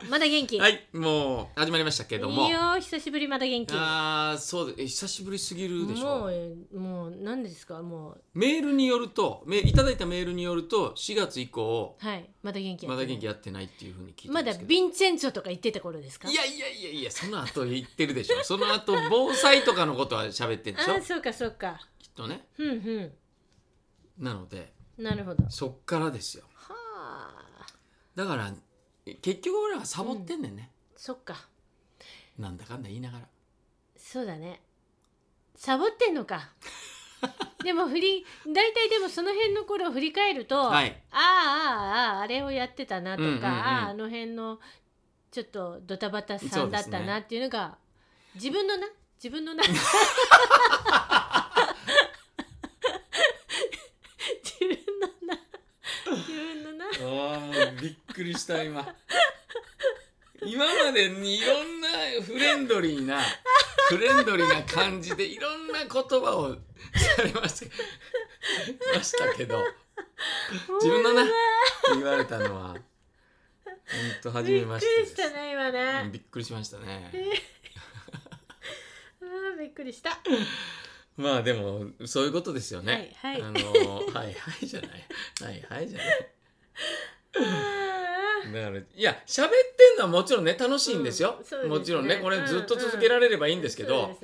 まだ元気。 はい、もう始まりましたけども。 いいよ、久しぶり。まだ元気。 そうで、久しぶりすぎるでしょ。 もう何ですか。もうメールによると、いただいたメールによると4月以降、 はい、まだ元気。 まだ元気やってないっていう風に聞いてまだますけど。 ヴィンチェンツォとか言ってた頃ですか。 いや、その後言ってるでしょ。その後防災とかのことは喋ってるでしょ。 そうかそうか。 きっとね。なので、 なるほど。 そっからですよ。 はあ。 だから結局俺はサボってんねんね。 そっか。 なんだかんだ言いながら。 そうだね。サボってんのか。でも大体でもその辺の頃を振り返ると、 はい、 あれをやってたなとか、あの辺のちょっとドタバタさんだったなっていうのが、自分のな自分のなびっくりした今までにいろんなフレンドリーな感じでいろんな言葉をされましたけど、自分のな言われたのは本当初めましてです。 びっくりしたね今ね。 びっくりしましたね。 びっくりした。 まあでもそういうことですよね。 はいはいはいじゃないだからいや喋ってんのはもちろんね楽しいんですよ、もちろんねこれずっと続けられればいいんですけど、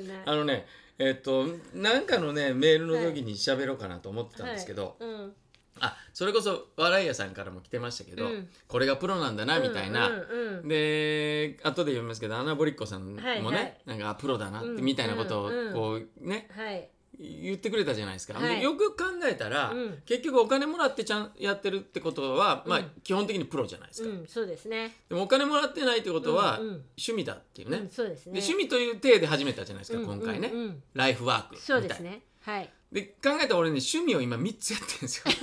なんかのねメールの時に喋ろうかなと思ってたんですけど、それこそ笑い屋さんからも来てましたけど、これがプロなんだなみたいな、で後で読みますけどアナボリッコさんもね、なんかプロだなってみたいなことをこうね、言ってくれたじゃないですか、よく考えたら、結局お金もらってちゃんやってるってことは、基本的にプロじゃないですか、 そうですね。 でもお金もらってないってことは、趣味だっていうね、 そうですね。 で趣味という体で始めたじゃないですか、今回ね、ライフワークみたいな。 そうですね。 で考えたら俺ね趣味を今3つやってるんですよ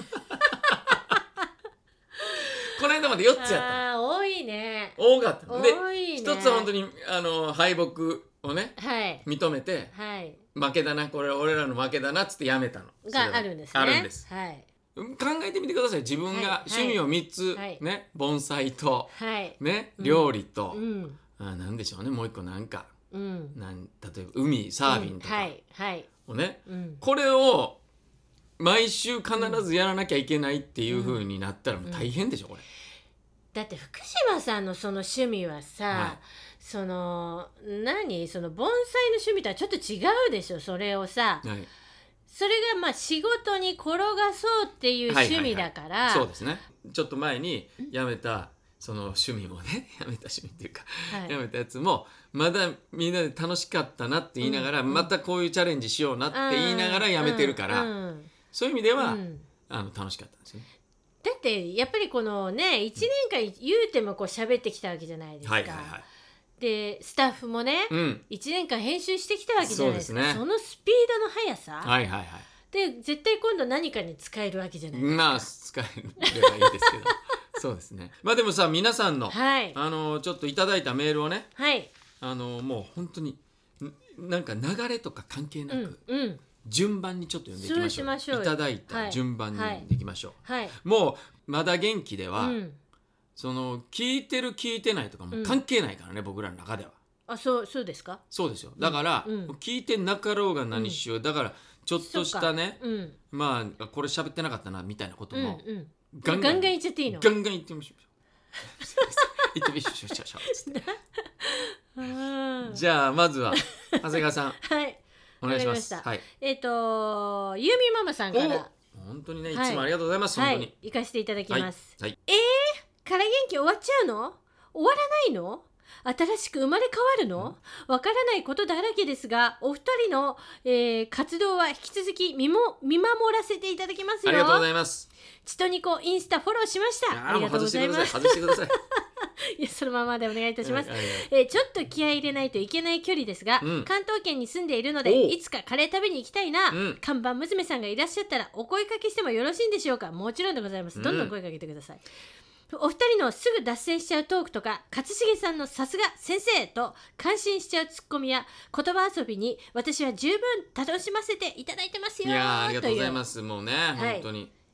この間まで4つやったの。 多いね。 多かったので、 1 つは本当に敗北をね、認めて、負けだなこれ俺らの負けだなっつってやめたのがあるんですね。 あるんです、考えてみてください。自分が趣味を3つ、ね、盆栽と、ね、料理と、なんでしょうね、もう一個なんか、例えば海サーフィンとかをね、これを毎週必ずやらなきゃいけないっていう風になったらもう大変でしょこれ。 だって福島さんのその趣味はさ、その盆栽の趣味とはちょっと違うでしょ。それをさ、それが仕事に転がそうっていう趣味だから、 そうですね。ちょっと前に辞めたその趣味もね、辞めた趣味っていうか、辞めたやつもまだみんなで楽しかったなって言いながら、またこういうチャレンジしようなって言いながら辞めてるから、そういう意味では、楽しかったんですよね。 だってやっぱりこのね1年間言うてもこう喋ってきたわけじゃないですか。でスタッフもね、1年間編集してきたわけじゃないですか。そのスピードの速さ、で絶対今度何かに使えるわけじゃないですか。 使えればいいですけどそうですね。でもさ皆さんの、ちょっといただいたメールをね、もう本当になんか流れとか関係なく、順番にちょっと読んでいきましょう。いただいた順番に読んでいきましょう。もうまだ元気では、その聞いてる聞いてないとかも関係ないからね、僕らの中では。 そうですか。 そうですよ。だから、聞いてなかろうが何しよう、だからちょっとしたね、これ喋ってなかったなみたいなことも、 ガンガン言っちゃっていいの。 ガンガン言ってみましょう言ってみましょうじゃあまずは長谷川さんお願いします。 ゆうみママさんから本当にね、いつもありがとうございます。本当に行かせていただきます。から元気終わっちゃうの？終わらないの？新しく生まれ変わるの？わからないことだらけですが、お二人の、活動は引き続き見守らせていただきますよ。 ありがとうございます。 ちとにこインスタフォローしました。ありがとうございます。 外してくださいいやそのままでお願いいたします。ちょっと気合い入れないといけない距離ですが、関東圏に住んでいるのでいつかカレー食べに行きたいな、看板娘さんがいらっしゃったらお声かけしてもよろしいんでしょうか。もちろんでございます。どんどん声かけてください。お二人のすぐ脱線しちゃうトークとか、勝重さんのさすが先生と感心しちゃうツッコミや言葉遊びに私は十分楽しませていただいてますよ。 いやありがとうございます。もうね、本当に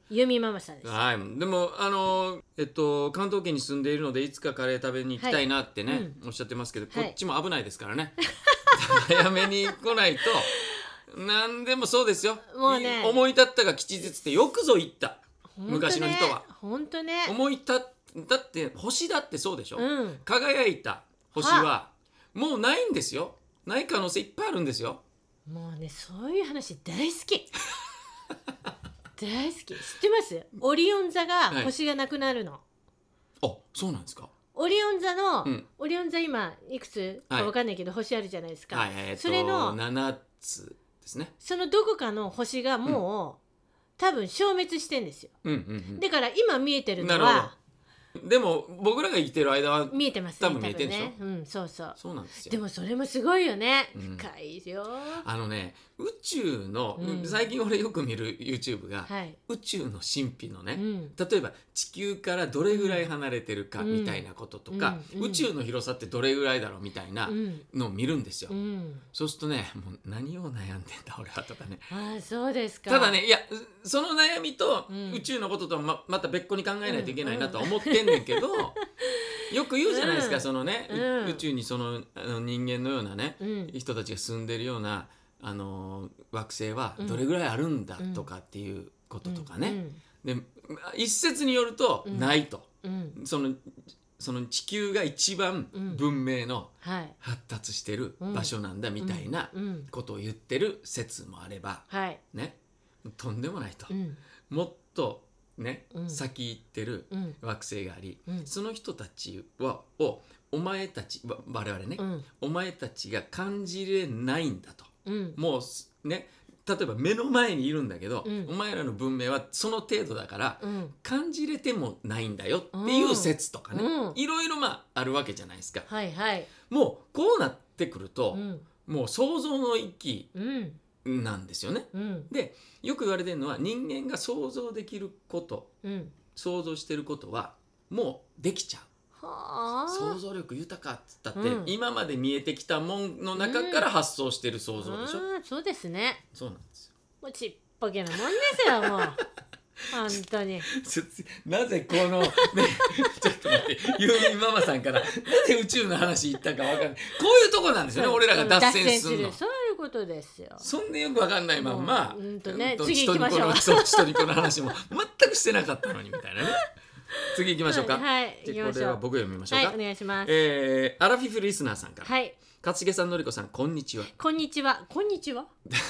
ユミママさんです。 はい。でも関東圏に住んでいるのでいつかカレー食べに行きたいなってね、おっしゃってますけど、こっちも危ないですからね。早めに来ないと。何でもそうですよ。もうね、思い立ったが吉日ってよくぞ言った。昔の人は。 本当ね。 思い立っだって星だってそうでしょ。輝いた星はもうないんですよ。ない可能性いっぱいあるんですよ。 もうね、そういう話大好き。大好き。知ってます？オリオン座が星がなくなるの。 あ、そうなんですか。 オリオン座の、オリオン座今いくつか分かんないけど、星あるじゃないですか。それの 7つですね。 そのどこかの星がもう、多分消滅してんですよ。だから今見えてるのは。 でも僕らが生きてる間は見えてますね。 多分見えてるでしょ。 そうなんですよ。 でもそれもすごいよね。深いよ。 宇宙の、最近俺よく見る YouTube が、宇宙の神秘のね、例えば地球からどれぐらい離れてるかみたいなこととか、宇宙の広さってどれぐらいだろうみたいなのを見るんですよ。そうするとね、もう何を悩んでんだ俺はとかね。 あ、そうですか。 ただね、いやその悩みと宇宙のこととはまた別個に考えないといけないなとは思ってんねんけど、よく言うじゃないですか、そのね、宇宙にその人間のようなね、人たちが住んでるような惑星はどれぐらいあるんだとかっていうこととかね。で一説によるとないと、その地球が一番文明の発達してる場所なんだみたいなことを言ってる説もあれば、ね、とんでもないと、もっとね、先行ってる惑星があり、その人たちをお前たち我々ね、お前たちが感じれないんだと、もうね、例えば目の前にいるんだけど、お前らの文明はその程度だから、感じれてもないんだよっていう説とかね、いろいろあるわけじゃないですか。もうこうなってくると、もう想像の域なんですよね。でよく言われてるのは、人間が想像できること、想像してることはもうできちゃう。想像力豊かっつったって、今まで見えてきたもんの中から発想してる想像でしょ。 そうですね。 そうなんですよ。 もうちっぽけなもんですよもう。本当に。 なぜこのねちょっと待って、ユーミンママさんからなぜ宇宙の話言ったか分かんない。こういうとこなんですよね、俺らが脱線するの。 そういうことですよ。 そんなよく分かんないまんま、 次行きましょう。 シトニコの話も全くしてなかったのにみたいなね。次行きましょうか。 これは僕読みましょうか。 お願いします。 アラフィフリスナーさんから。勝重さん、のりこさん、こんにちは。 こんにちは。こんにちは。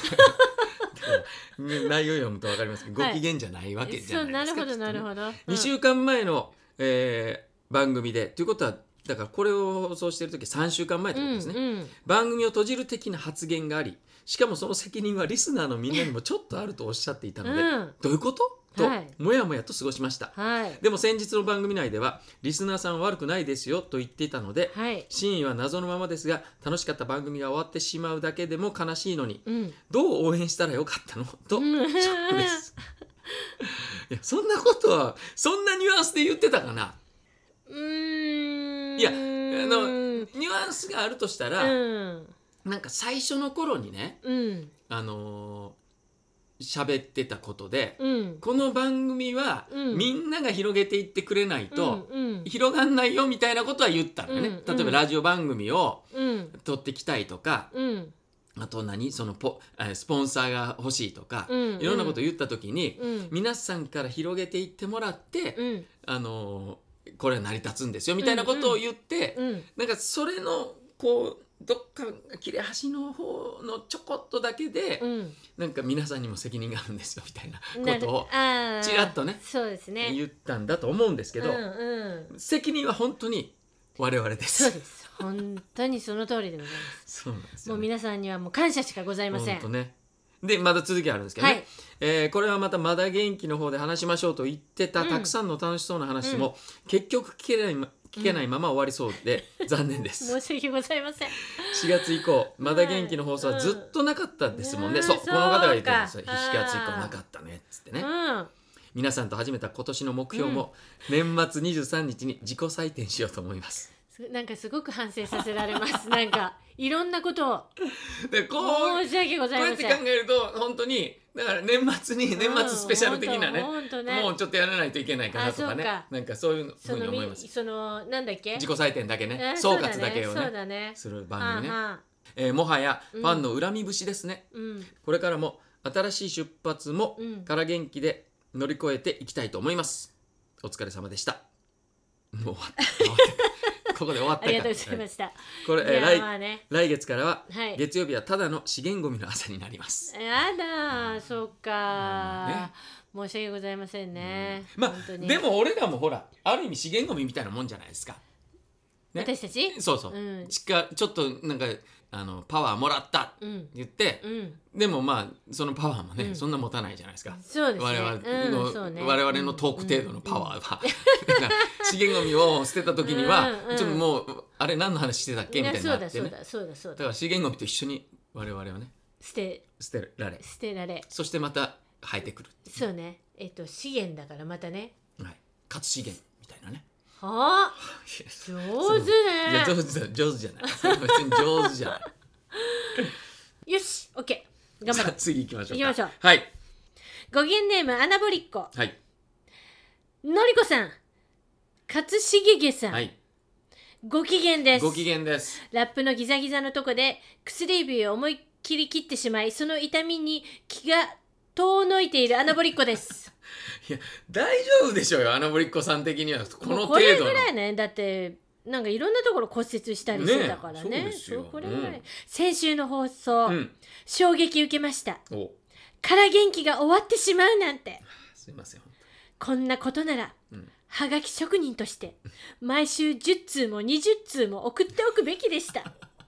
内容読むと分かりますけど、ご機嫌じゃないわけじゃないですか。 なるほどなるほど。 2週間前の番組でということは、だからこれを放送している時3週間前ってことですね。番組を閉じる的な発言があり、しかもその責任はリスナーのみんなにもちょっとあるとおっしゃっていたので、どういうことともやもやと過ごしました。でも先日の番組内ではリスナーさんは悪くないですよと言っていたので、真意は謎のままですが、楽しかった番組が終わってしまうだけでも悲しいのに、どう応援したらよかったのとショックです。いや、そんなことはそんなニュアンスで言ってたかな。いや、ニュアンスがあるとしたら、なんか最初の頃にね、喋ってたことで、この番組はみんなが広げていってくれないと広がんないよみたいなことは言ったのよね。例えばラジオ番組を撮ってきたいとか、あとそのスポンサーが欲しいとか、いろんなことを言った時に、皆さんから広げていってもらって、これは成り立つんですよみたいなことを言って、なんかそれのこうどっか切れ端の方のちょこっとだけで、なんか皆さんにも責任があるんですよみたいなことをちらっとね、言ったんだと思うんですけど、責任は本当に我々です。 そうです、本当にその通りでございます。そうなんですよね。もう皆さんにはもう感謝しかございません。 本当ね。でまだ続きあるんですけどね、これはまたまだ元気の方で話しましょうと言ってた、たくさんの楽しそうな話も、結局聞けないまま終わりそうで残念です。 申し訳ございません。 4月以降まだ元気の放送はずっとなかったですもんね。そう、この方が言ってるんですよ。4月以降なかったねっつってね。皆さんと始めた今年の目標も、年末23日に自己採点しようと思います。 なんかすごく反省させられますなんかいろんなことをで申し訳ございません。 こうやって考えると本当にだから年末スペシャル的なね、もうちょっとやらないといけないかなとかね、なんかそういうふうに思います。 なんだっけ、 自己採点だけね、総括だけをねする番組ね。もはやファンの恨み節ですね。これからも新しい出発もから元気で乗り越えていきたいと思います。お疲れ様でした。もう終わったここで終わったか。 ありがとうございました。 これ、来月からは、月曜日はただの資源ゴミの朝になります。 やだ、そうか、申し訳ございませんね。 でも俺らもほらある意味資源ゴミみたいなもんじゃないですか。 私たちそうそう、ちょっとなんかパワーもらったって言って、でもそのパワーもね、そんな持たないじゃないですか。 そうですね、 我々のトーク程度のパワーは資源ゴミを捨てた時にはちょっともうあれ何の話してたっけみたいになってね。だから資源ゴミと一緒に我々はね捨てられ、そしてまた生えてくる。 そうね、資源だからまたね、 活資源みたいなね。 はあ、上手ね。 いや上手じゃない別に上手じゃないよし、オッケー、頑張ろう。 次行きましょう。 はい。ご機嫌ネームアナボリッコ。 はい。 のりこさん、勝重げさん、ご機嫌です。 ご機嫌です。 ラップのギザギザのとこで薬指を思いっきり切ってしまい、その痛みに気が遠のいているアナボリッコです。 いや大丈夫でしょうよ、アナボリッコさん的にはこの程度の。これぐらいね、だってなんかいろんなところ骨折したりしてたからね。そうこれぐらい、先週の放送、衝撃受けました。から元気が終わってしまうなんて。 すいません。 こんなことなら、はがき職人として毎週10通も20通も送っておくべきでした。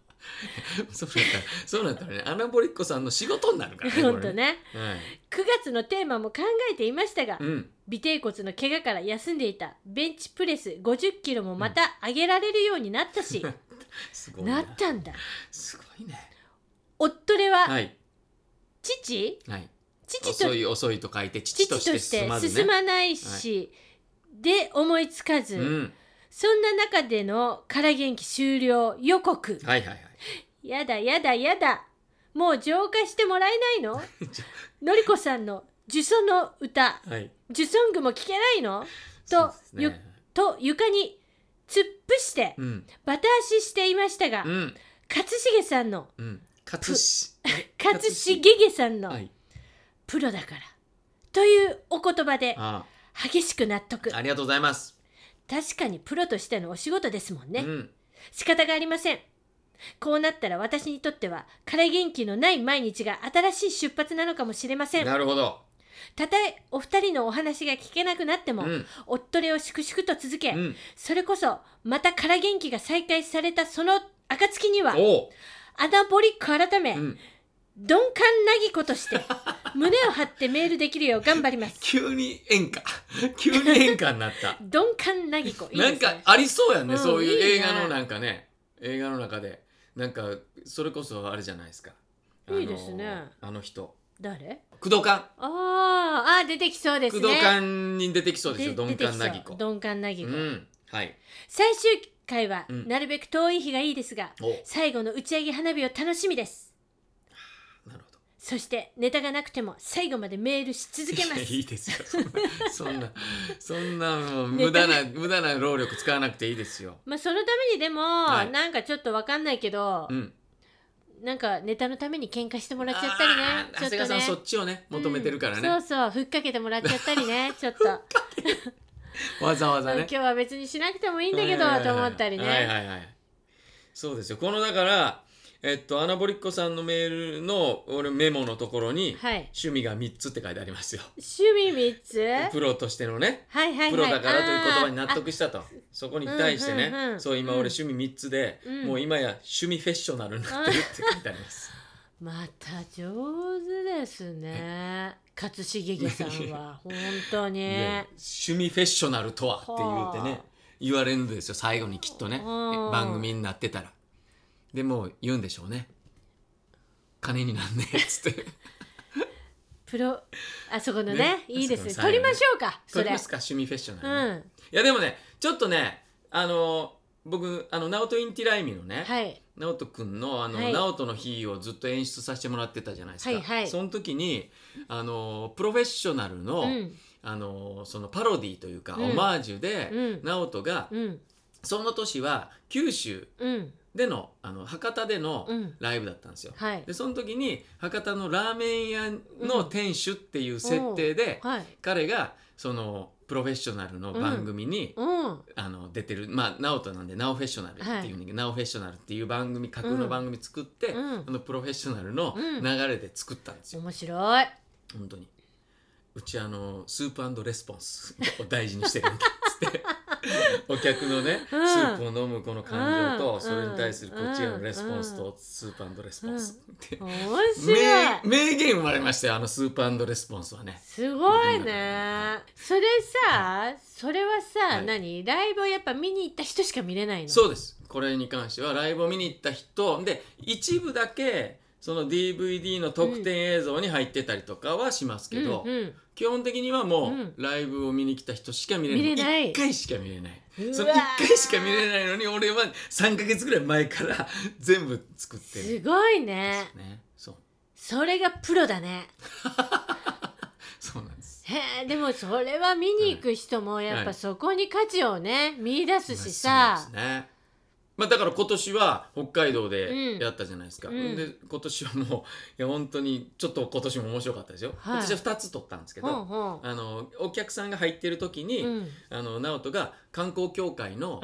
そうなったらね、アナボリッコさんの仕事になるからね。 本当ね。9月のテーマも考えていましたが、尾てい骨の怪我から休んでいたベンチプレス50キロもまた上げられるようになったし、なったんだ。 すごいね。 夫では、父と遅いと書いて父として進まないし、で思いつかず、そんな中でのから元気終了予告。やだやだやだ、もう浄化してもらえないののりこさんの呪詛の歌、呪ソングも聞けないのと床に突っ伏して、バタ足していましたが、勝重さんの、勝重げさんの、プロだからというお言葉で激しく納得。 ありがとうございます。 確かにプロとしてのお仕事ですもんね。仕方がありません。こうなったら私にとってはから元気のない毎日が新しい出発なのかもしれません。 なるほど。 たとえお二人のお話が聞けなくなっても、夫レを粛々と続け、それこそまたから元気が再開されたその暁にはアナボリック改め、鈍感なぎことして胸を張ってメールできるよう頑張ります。 急に演歌になった鈍感なぎこ、いいですね。 なんかありそうやね、そういう映画のなんかね、映画の中でなんかそれこそあれじゃないですか。 いいですね。 あの人誰？ 工藤官。 出てきそうですね。 工藤官に出てきそうですよ、鈍感なぎこ。 鈍感なぎこ。 はい。 最終回はなるべく遠い日がいいですが、最後の打ち上げ花火を楽しみです。 なるほど。 そしてネタがなくても最後までメールし続けます。 いいですよ。そんなもう無駄な労力使わなくていいですよ。 そのためにでも、なんかちょっとわかんないけど、なんかネタのために喧嘩してもらっちゃったりね。 長谷川さんそっちをね求めてるからね。 そうふっかけてもらっちゃったりね。ちょっとわざわざね。 今日は別にしなくてもいいんだけどと思ったりね。 そうですよ。このだからアナボリッコさんのメールの俺メモのところに、趣味が3つって書いてありますよ。 趣味3つ？ プロとしてのね、プロだからという言葉に納得したと。そこに対してね、そう今俺趣味3つで、もう今や趣味フェッショナルになってるって書いてあります。 また上手ですね、勝重さんは。本当に、 趣味フェッショナルとはって言ってね言われるんですよ、最後にきっとね、番組になってたら。でも言うんでしょうね、金になんねえっつってプロあそこのね、いいですね、撮りましょうか。 撮りますか、趣味フェッショナル、いやでもねちょっとね僕ナオト・インティライミのね、 はい、 ナオトくんのはい、 ナオトの日をずっと演出させてもらってたじゃないですか、 はいはい、 その時にプロフェッショナルの、そのパロディというか、オマージュで、ナオトが、その年は九州での、博多でのライブだったんですよ、はい、でその時に博多のラーメン屋の店主っていう設定で、はい、彼がそのプロフェッショナルの番組に、出てる、まあナオトなんでナオフェッショナルっていうんだけど、ナオフェッショナルっていう番組、架空の番組作って、プロフェッショナルの流れで作ったんですよ、 面白い。 本当にうちスープ&レスポンスを大事にしてるんだっつってお客のね、スープを飲むこの感情と、それに対するこっち側のレスポンスと、スープ&レスポンスって面白い名言生まれましたよ、スープ&レスポンスはね。 すごいね。それさ、それはさ、何ライブをやっぱ見に行った人しか見れないの？ そうです。これに関してはライブを見に行った人で、一部だけその DVD の特典映像に入ってたりとかはしますけど、基本的にはもうライブを見に来た人しか見れない、1回しか見れない、その1回しか見れないのに、俺は3ヶ月ぐらい前から全部作ってる。 すごいね。それがプロだねそうなんです。 へえ、でもそれは見に行く人もやっぱそこに価値をね、見出すしさ、 そうですね。だから今年は北海道でやったじゃないですか、で今年はもう、いや本当にちょっと今年も面白かったですよ、今年は2つ撮ったんですけど、お客さんが入ってる時に、ナオトが観光協会の、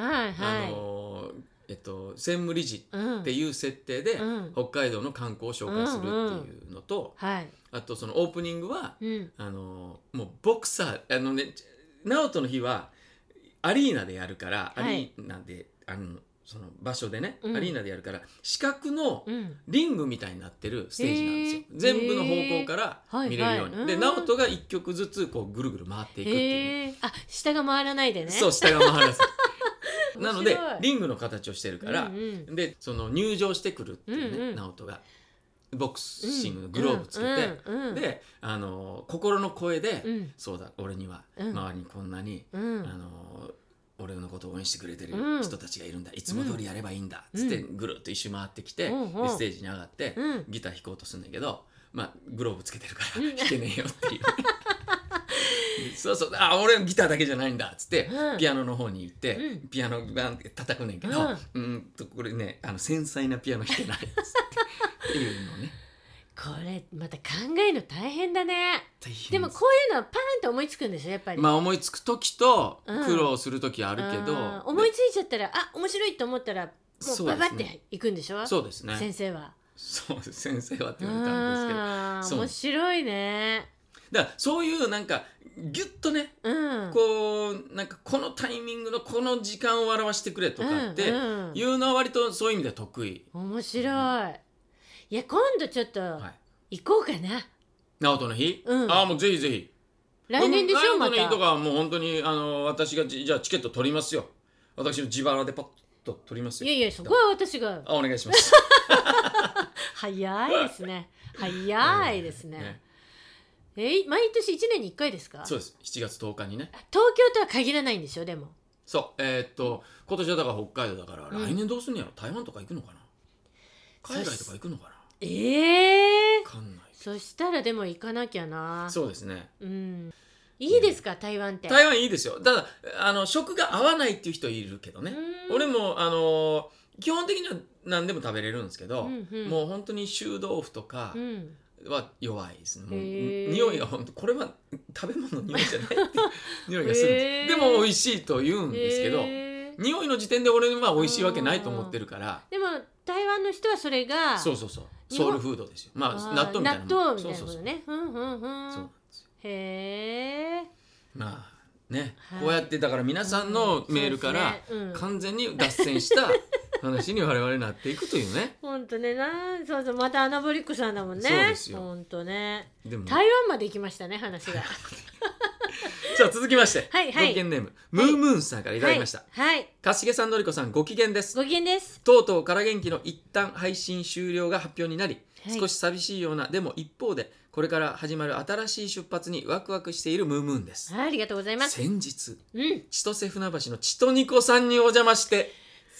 専務理事っていう設定で、北海道の観光を紹介するっていうのと、あとそのオープニングは、もうボクサーナオトの日はアリーナでやるから、アリーナでその場所でね、アリーナでやるから四角のリングみたいになってるステージなんですよ、全部の方向から見れるように、でナオトが1曲ずつこうぐるぐる回っていくっていう、 下が回らないでね。 そう、下が回らずなのでリングの形をしてるから、でその入場してくるっていうね、ナオトがボクシングのグローブつけて、で心の声で、そうだ、俺には周りにこんなに、俺のことを応援してくれてる人たちがいるんだ、いつも通りやればいいんだっつって、ぐるっと一周回ってきて、でステージに上がって、ギター弾こうとするんだけど、グローブつけてるから弾けねえよっていうそうそう、俺ギターだけじゃないんだっつって、ピアノの方に行って、ピアノバンって叩くねんけど、これね、繊細なピアノ弾けないっつっていうのね。 これまた考えるの大変だね。でもこういうのはパーンと思いつくんですよ、やっぱり。 思いつく時と苦労する時あるけど、 思いついちゃったら面白いと思ったらもうババっていくんでしょ。 そうですね。 先生は。 そうです、先生はって言われたんですけど、 面白いね。 だからそういうなんかギュッとね、こうなんかこのタイミングのこの時間を表してくれとかっていうのは割とそういう意味では得意。 面白い。いや、今度ちょっと行こうかな。 ナオトの日？もうぜひぜひ。 来年でしょ、また。 ナオトの日とかはもう本当に私がじゃあチケット取りますよ。私の自腹でパッと取りますよ。 いやいや、そこは私が。 お願いします。 早いですね。早いですね。毎年1年に1回ですか？ そうです。7月10日にね。 東京とは限らないんでしょ、でも。 そう。今年はだから北海道だから、来年どうすんのやろ？台湾とか行くのかな？海外とか行くのかな？分かんない。 そしたらでも行かなきゃな。 そうですね。 いいですか、台湾って。 台湾いいですよ。ただ食が合わないっていう人いるけどね。俺も基本的には何でも食べれるんですけど、もう本当に臭豆腐とかは弱いですね。もう匂いが本当、これは食べ物の匂いじゃないって匂いがするんです。でも美味しいと言うんですけど、匂いの時点で俺は美味しいわけないと思ってるから。 でも台湾の人はそれがそうソウルフードですよ。納豆みたいなもの。納豆みたいなことね。そうなんですよ。へえ。 こうやってだから皆さんのメールから完全に脱線した話に我々なっていくというね。 本当ね、そうそう、またアナボリックさんだもんね。 そうですよ。 本当ね。台湾まで行きましたね、話が。 さあ続きまして、ご機嫌ネームムームーンさんからいただきました。かしげさん、のりこさん、ご機嫌です。 ご機嫌です。 とうとうから元気の一旦配信終了が発表になり、少し寂しいような、でも一方でこれから始まる新しい出発にワクワクしているムームーンです。 ありがとうございます。 先日、千歳船橋のちとにこさんにお邪魔して、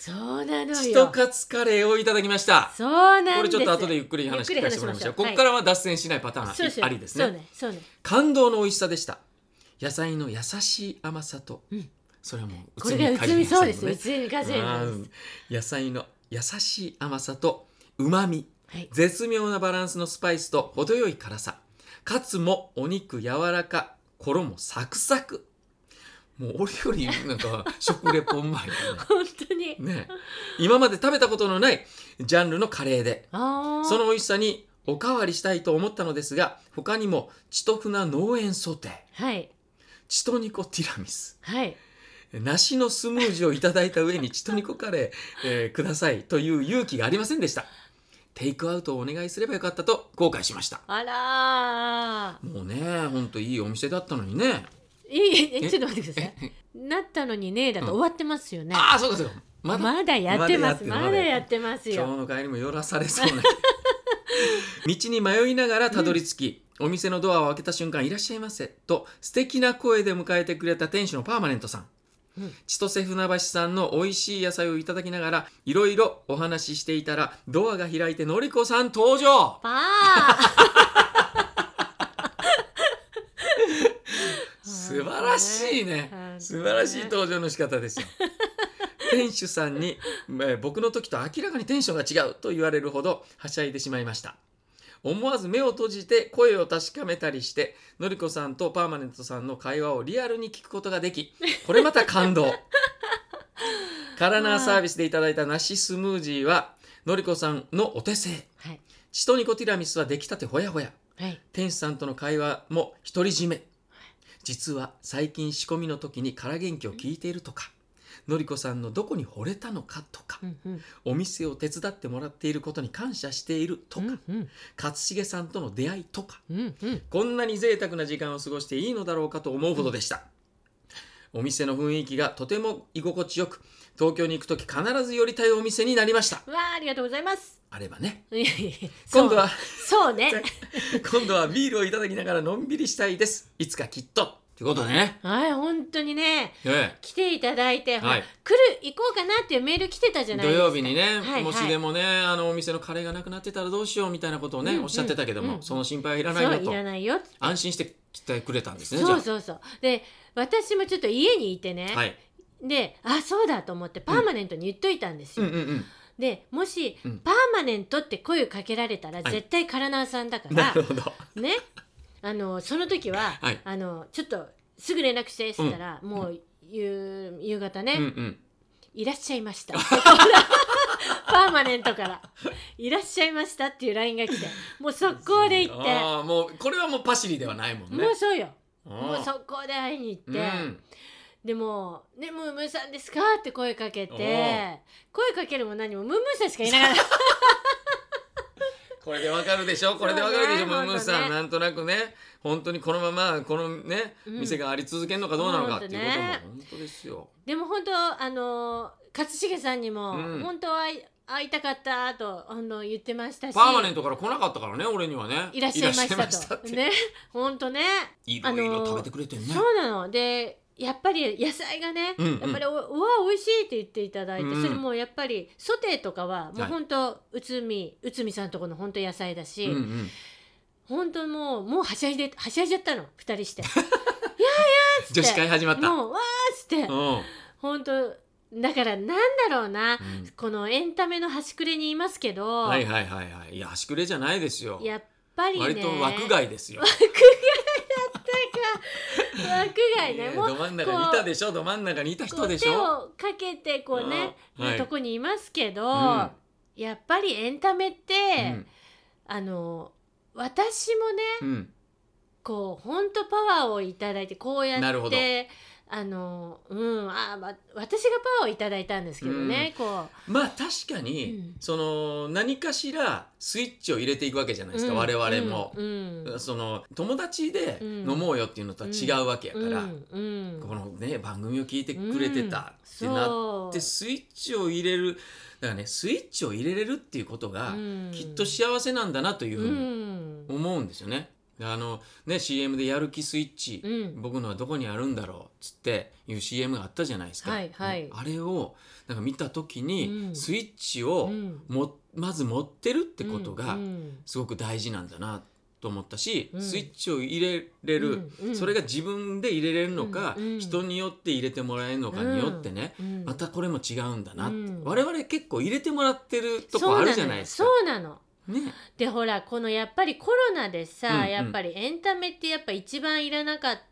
そうなのよ。 チトカツカレーをいただきました。 そうなんです。 これちょっと後でゆっくり話聞かせてもらいましょう。ここからは脱線しないパターンありですね。 そうね。 感動の美味しさでした。野菜の優しい甘さと、それはもうこれが内海そうです。内海果汁です。野菜の優しい甘さと旨味、絶妙なバランスのスパイスと程よい辛さ、かつもお肉柔らか、衣サクサク。もう俺よりなんか食レポうまいよね。 本当にね。今まで食べたことのないジャンルのカレーで、その美味しさにおかわりしたいと思ったのですが、他にもチトフナ農園ソテー、チトニコティラミス、梨のスムージーをいただいた上にチトニコカレー、くださいという勇気がありませんでした。テイクアウトをお願いすればよかったと後悔しました。 あらもうね、ほんといいお店だったのにね。 ちょっと待ってください。なったのにねだと終わってますよね。 ああ、そうかそうか。まだやってます。まだやってますよ。 今日の帰りも寄らされそうな。道に迷いながらたどり着き、お店のドアを開けた瞬間、いらっしゃいませと素敵な声で迎えてくれた店主のパーマネントさん。千歳船橋さんの美味しい野菜をいただきながらいろいろお話ししていたら、ドアが開いてのりこさん登場。素晴らしいね。素晴らしい登場の仕方ですよ。店主さんに、僕の時と明らかにテンションが違うと言われるほどはしゃいでしまいました。思わず目を閉じて声を確かめたりして、のりこさんとパーマネントさんの会話をリアルに聞くことができ、これまた感動。カラナーサービスでいただいた梨スムージーはのりこさんのお手製、チトニコティラミスは出来たてほやほや、店主さんとの会話も独り占め。実は最近仕込みの時にから元気を聞いているとか、のりこさんのどこに惚れたのかとか、お店を手伝ってもらっていることに感謝しているとか、勝重さんとの出会いとか、こんなに贅沢な時間を過ごしていいのだろうかと思うほどでした。お店の雰囲気がとても居心地よく、東京に行くとき必ず寄りたいお店になりました。 ありがとうございます。 あればね。今度はそうね。 今度はビールをいただきながらのんびりしたいです。いつかきっと。ということでね。 本当にね、来ていただいて、行こうかなっていうメール来てたじゃないですか。 土曜日にね、もしでもね、お店のカレーがなくなってたらどうしようみたいなことをね、おっしゃってたけども、その心配はいらないよと。 いらないよ。 安心して来てくれたんですね。 そう。で、私もちょっと家にいてね、で、そうだと思ってパーマネントに言っといたんですよ。で、もし、パーマネントって声をかけられたら、絶対カラナーさんだから、 なるほど。 ね。その時は、ちょっとすぐ連絡してしたら、もう夕方ね、いらっしゃいましたパーマネントからいらっしゃいましたっていう LINE が来て、もう速攻で行って、 もうこれはもうパシリではないもんね。 もうそうよ。もう速攻で会いに行って、でもね、ムームーさんですかって声かけて、声かけるも何もムームーさんしかいなかったこれでわかるでしょ、これでわかるでしょ、ムームーさん。なんとなくね、本当にこのままこのね、店があり続けるのかどうなのかっていうことも本当ですよ。 でも本当勝重さんにも本当は会いたかったと言ってましたし、 パーマネントから来なかったからね、俺にはね。 いらっしゃいましたとね、本当ね、 いろいろ食べてくれてるね。 そうなので、やっぱり野菜がね、やっぱり美味しいって言っていただいて、それもやっぱりソテーとかはもう本当内海さんとこの本当野菜だし、本当もうはしゃいじゃったの、2人して。いやーっつって女子会始まった。 もうわーっつって、本当だからなんだろうな、このエンタメの端くれにいますけど、 いや端くれじゃないですよ。 やっぱりね、 割と枠外ですよ。 枠外だったか。枠外ね。 もうど真ん中にいたでしょ。ど真ん中にいた人でしょ。 手をかけてこうね、とこにいますけど、やっぱりエンタメって、私もね、こう本当パワーをいただいて、こうやって私がパワーをいただいたんですけどね、こうまあ確かに、その何かしらスイッチを入れていくわけじゃないですか、我々も、その友達で飲もうよっていうのとは違うわけやから、このね番組を聞いてくれてたってなって、スイッチを入れる、だからね、スイッチを入れれるっていうことがきっと幸せなんだなというふうに思うんですよね。 CM でやる気スイッチ、僕のはどこにあるんだろうっつっていう CM があったじゃないですか、 はいはい、 あれをなんか見た時に、スイッチをまず持ってるってことがすごく大事なんだなと思ったし、スイッチを入れれる、それが自分で入れれるのか、人によって入れてもらえるのかによってね、またこれも違うんだなって、我々結構入れてもらってるとこあるじゃないですか。 そうなのね、でほらこのやっぱりコロナでさ、やっぱりエンタメってやっぱ一番いらなかった、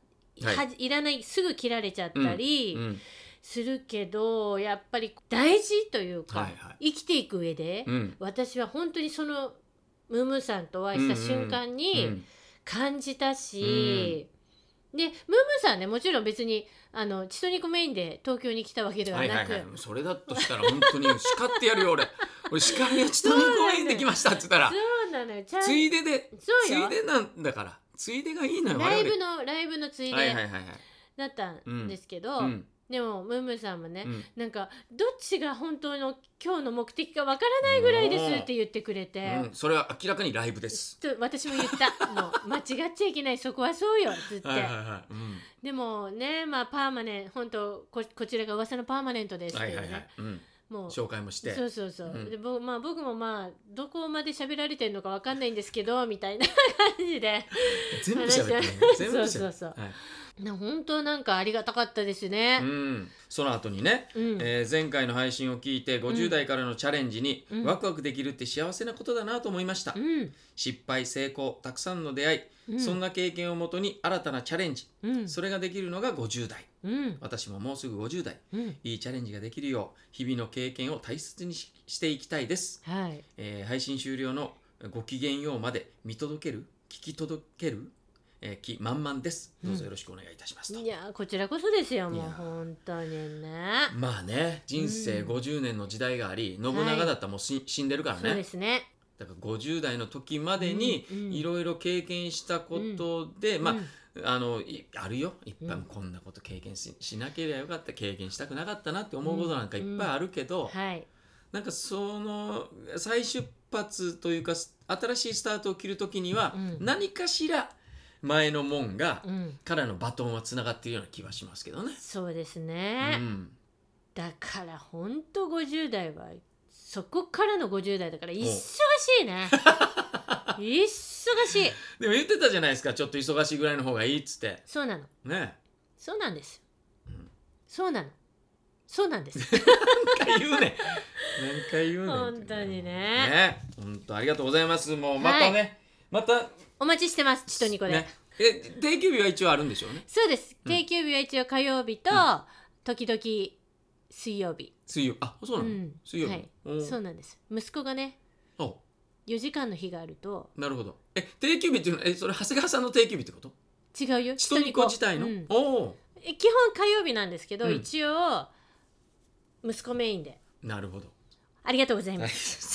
いらないすぐ切られちゃったりするけど、やっぱり大事というか、生きていく上で、私は本当にそのムムさんとお会いした瞬間に感じたし、でムムさんね、もちろん別にチトニコメインで東京に来たわけではなく、 それだとしたら本当に叱ってやるよ俺叱るよ、チトニコメインで来ましたって言ったら、 そうなのよ、 ついでなんだから、ついでがいいのよ、 ライブのついでだったんですけど、でもムムさんもね、なんかどっちが本当の今日の目的かわからないぐらいですって言ってくれて、 それは明らかにライブですと私も言ったの間違っちゃいけない、そこはそうよって言って、でもね、まあパーマネント、本当 こちらが噂のパーマネントですっていうね、 もう紹介もして、 で僕もどこまで喋られてるのかわかんないんですけどみたいな感じで全部喋ってる、全部喋ってる。 本当なんかありがたかったですね。 その後にね、前回の配信を聞いて50代からのチャレンジにワクワクできるって幸せなことだなと思いました。失敗成功たくさんの出会い、そんな経験をもとに新たなチャレンジ、それができるのが50代、私ももうすぐ50代、いいチャレンジができるよう日々の経験を大切にしていきたいです。配信終了のごきげんようまで聞き届ける気満々です。どうぞよろしくお願いいたしますと。 いやこちらこそですよ、もう本当にね。 まあね、人生50年の時代があり、信長だったらもう死んでるからね。 そうですね。 だから50代の時までにいろいろ経験したことで、あるよ、いっぱいこんなこと経験 しなければよかった、経験したくなかったなって思うことなんかいっぱいあるけど、なんかその再出発というか新しいスタートを切る時には、何かしら前の門が、からのバトンはつながっているような気はしますけどね。 そうですね、だから本当50代はそこからの50代だから忙しいね忙しい。 でも言ってたじゃないですか、ちょっと忙しいぐらいの方がいいっつって。 そうなのね、 そうなんです、そうなの、そうなんです何回言うね本当にね、 本当ありがとうございます。もうまたね、またお待ちしてます、チトニコで。 定休日は一応あるんでしょうね。 そうです、定休日は一応火曜日と、時々水曜日。 あ、そうなの、水曜日、 そうなんです。息子がね、4時間の日があると。 なるほど。定休日っていうのはそれ長谷川さんの定休日ってこと？ 違うよ、 チトニコ自体の、 基本火曜日なんですけど、一応息子メインで。 なるほど、 ありがとうございます。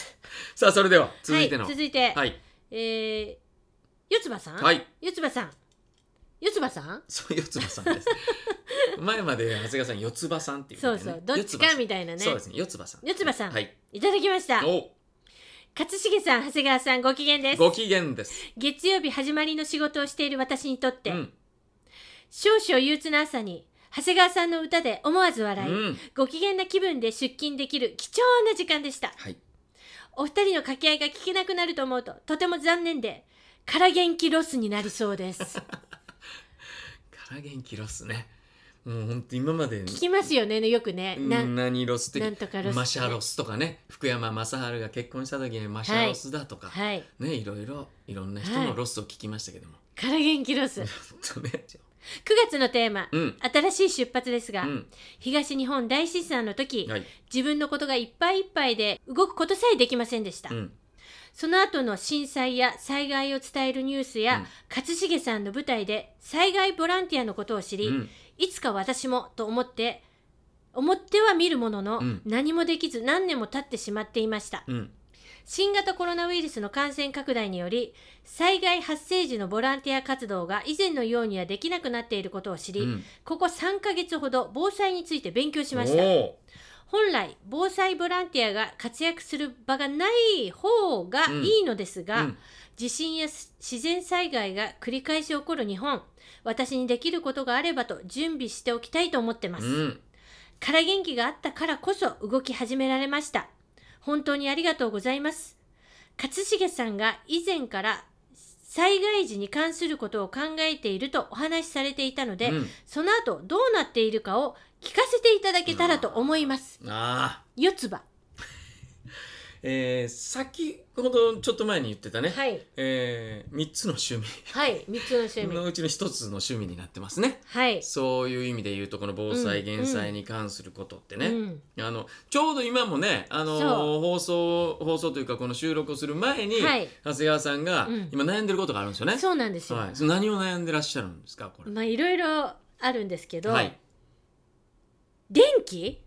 さあそれでは続いての、 続いて、四つ葉さん、四つ葉さんそう、四つ葉さんです前まで長谷川さん四つ葉さんっていう、 そうどっちかみたいなね。 そうですね、四つ葉さん、 いただきました。勝重さん、長谷川さん、ご機嫌です。 ご機嫌です。 月曜日始まりの仕事をしている私にとって、少々憂鬱な朝に長谷川さんの歌で思わず笑い、ご機嫌な気分で出勤できる貴重な時間でした。お二人の掛け合いが聞けなくなると思うととても残念で、から元気ロスになりそうですから元気ロスね、もうほんと今まで聞きますよね、よくね。 何ロスってなんとかロス、 マシャロスとかね、福山雅治が結婚した時にマシャロスだとか、ね、いろんな人のロスを聞きましたけども、 から元気ロス9月のテーマ、新しい出発ですが、東日本大震災の時、自分のことがいっぱいいっぱいで動くことさえできませんでした。その後の震災や災害を伝えるニュースや、勝重さんの舞台で災害ボランティアのことを知り、いつか私もと思っては見るものの、何もできず何年も経ってしまっていました。新型コロナウイルスの感染拡大により、災害発生時のボランティア活動が以前のようにはできなくなっていることを知り、ここ3ヶ月ほど防災について勉強しました。 本来防災ボランティアが活躍する場がない方がいいのですが、地震や自然災害が繰り返し起こる日本、私にできることがあればと準備しておきたいと思ってます。から元気があったからこそ動き始められました。本当にありがとうございます。勝重さんが以前から災害時に関することを考えているとお話しされていたので、その後どうなっているかを聞かせていただけたらと思います。四つ葉。 先ほどちょっと前に言ってたね、 はい、 3つの趣味、 はい、3つの趣味のうちの1つの趣味になってますね、 はい、 そういう意味で言うとこの防災減災に関することってね、ちょうど今もね放送というかこの収録をする前に、長谷川さんが今悩んでることがあるんですよね。 そうなんですよ、 何を悩んでらっしゃるんですかこれ。 いろいろあるんですけど、電気、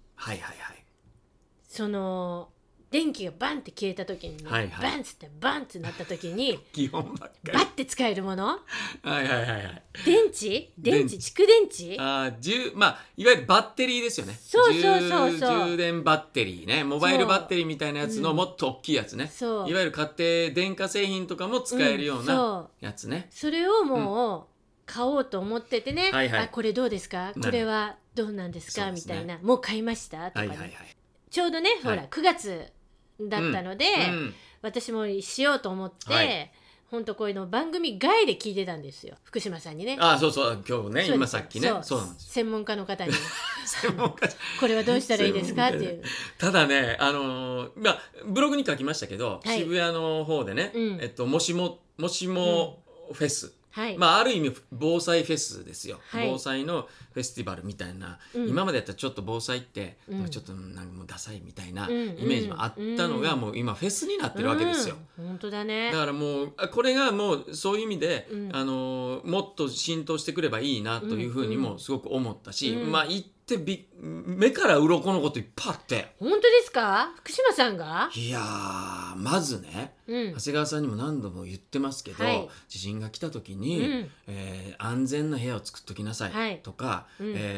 その電気がバンって消えた時に、バンっつってバンってなった時に基本ばっかりバッて使えるもの、 電池蓄電池、 いわゆるバッテリーですよね。 そう充電バッテリーね、モバイルバッテリーみたいなやつのもっと大きいやつね、いわゆる家庭電化製品とかも使えるようなやつね、 それをもう買おうと思っててね、これどうですか、これはどうなんですかみたいな、もう買いましたとかね、ちょうどねほら9月だったので、私もしようと思って、本当こういうの番組外で聞いてたんですよ、福島さんにね。 そう今日ね、今さっきね、そうなんですよ、 専門家の方にこれはどうしたらいいですかっていう。 ただねブログに書きましたけど、渋谷の方でね、もしもフェス、ある意味防災フェスですよ、防災のフェスティバルみたいな、今までやったらちょっと防災って、ちょっとなんかもうダサいみたいなイメージもあったのが、もう今フェスになってるわけですよ、 本当だね。 だからもうこれがもうそういう意味で、もっと浸透してくればいいなというふうにもすごく思ったし、行って目から鱗のこといっぱいあって。 本当ですか、福島さんが。 いやまずね、長谷川さんにも何度も言ってますけど、地震が来た時に、安全な部屋を作っときなさいとか、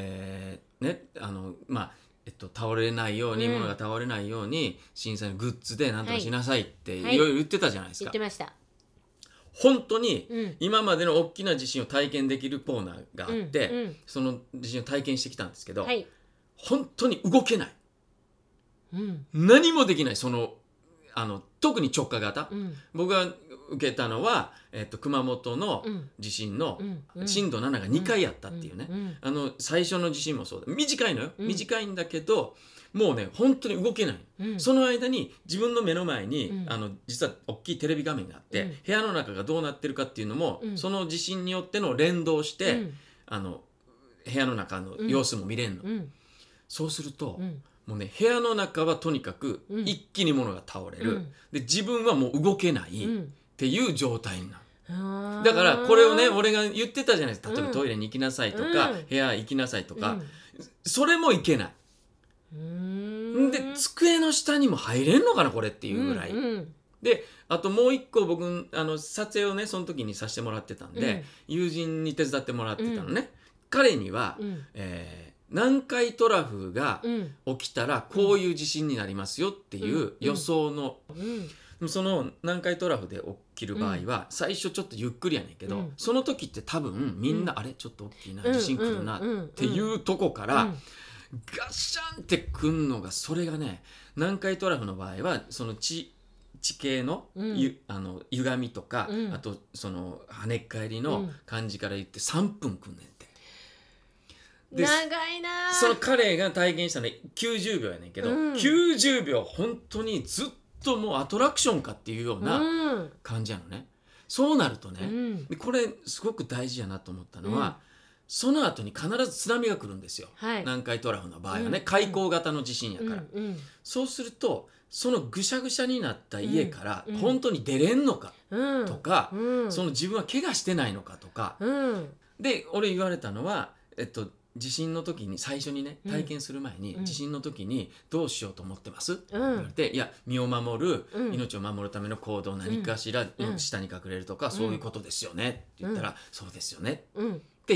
倒れないように、物が倒れないように震災のグッズで何とかしなさいっていろいろ言ってたじゃないですか。 言ってました。 本当に今までの大きな地震を体験できるコーナーがあって、その地震を体験してきたんですけど、本当に動けない、何もできない。特に直下型、僕が受けたのは、熊本の地震の震度7が2回あったっていうね、最初の地震もそうだ、短いのよ、短いんだけどもうね本当に動けない、その間に自分の目の前に、実は大きいテレビ画面があって、部屋の中がどうなってるかっていうのも、その地震によっての連動して、部屋の中の様子も見れるの、そうすると、もうね部屋の中はとにかく一気に物が倒れる、で自分はもう動けないっていう状態になる。だからこれをね俺が言ってたじゃないですか、例えばトイレに行きなさいとか、部屋行きなさいとか、それも行けない。で机の下にも入れんのかなこれっていうぐらい、であともう一個僕撮影をねその時にさせてもらってたんで、友人に手伝ってもらってたのね、彼には、南海トラフが起きたらこういう地震になりますよっていう予想の、その南海トラフで起きる場合は、最初ちょっとゆっくりやねんけど、その時って多分みんな、あれちょっと大きいな、地震来るなっていうとこから、ガッシャンってくんのが、それがね南海トラフの場合はその地形の、歪みとか、あとその跳ねっ返りの感じから言って3分くんねんて。 長いな。 その彼が体験したの90秒やねんけど、90秒本当にずっともうアトラクションかっていうような感じやのね、そうなるとね、でこれすごく大事やなと思ったのは、その後に必ず津波が来るんですよ、南海トラフの場合はね、海溝型の地震やから、そうするとそのぐしゃぐしゃになった家から本当に出れんのかとか、その自分は怪我してないのかとか、で俺言われたのは、地震の時に最初にね体験する前に、地震の時にどうしようと思ってます、言われて、いや身を守る、命を守るための行動、何かしらの下に隠れるとか、そういうことですよねって言ったら、そうですよねって言って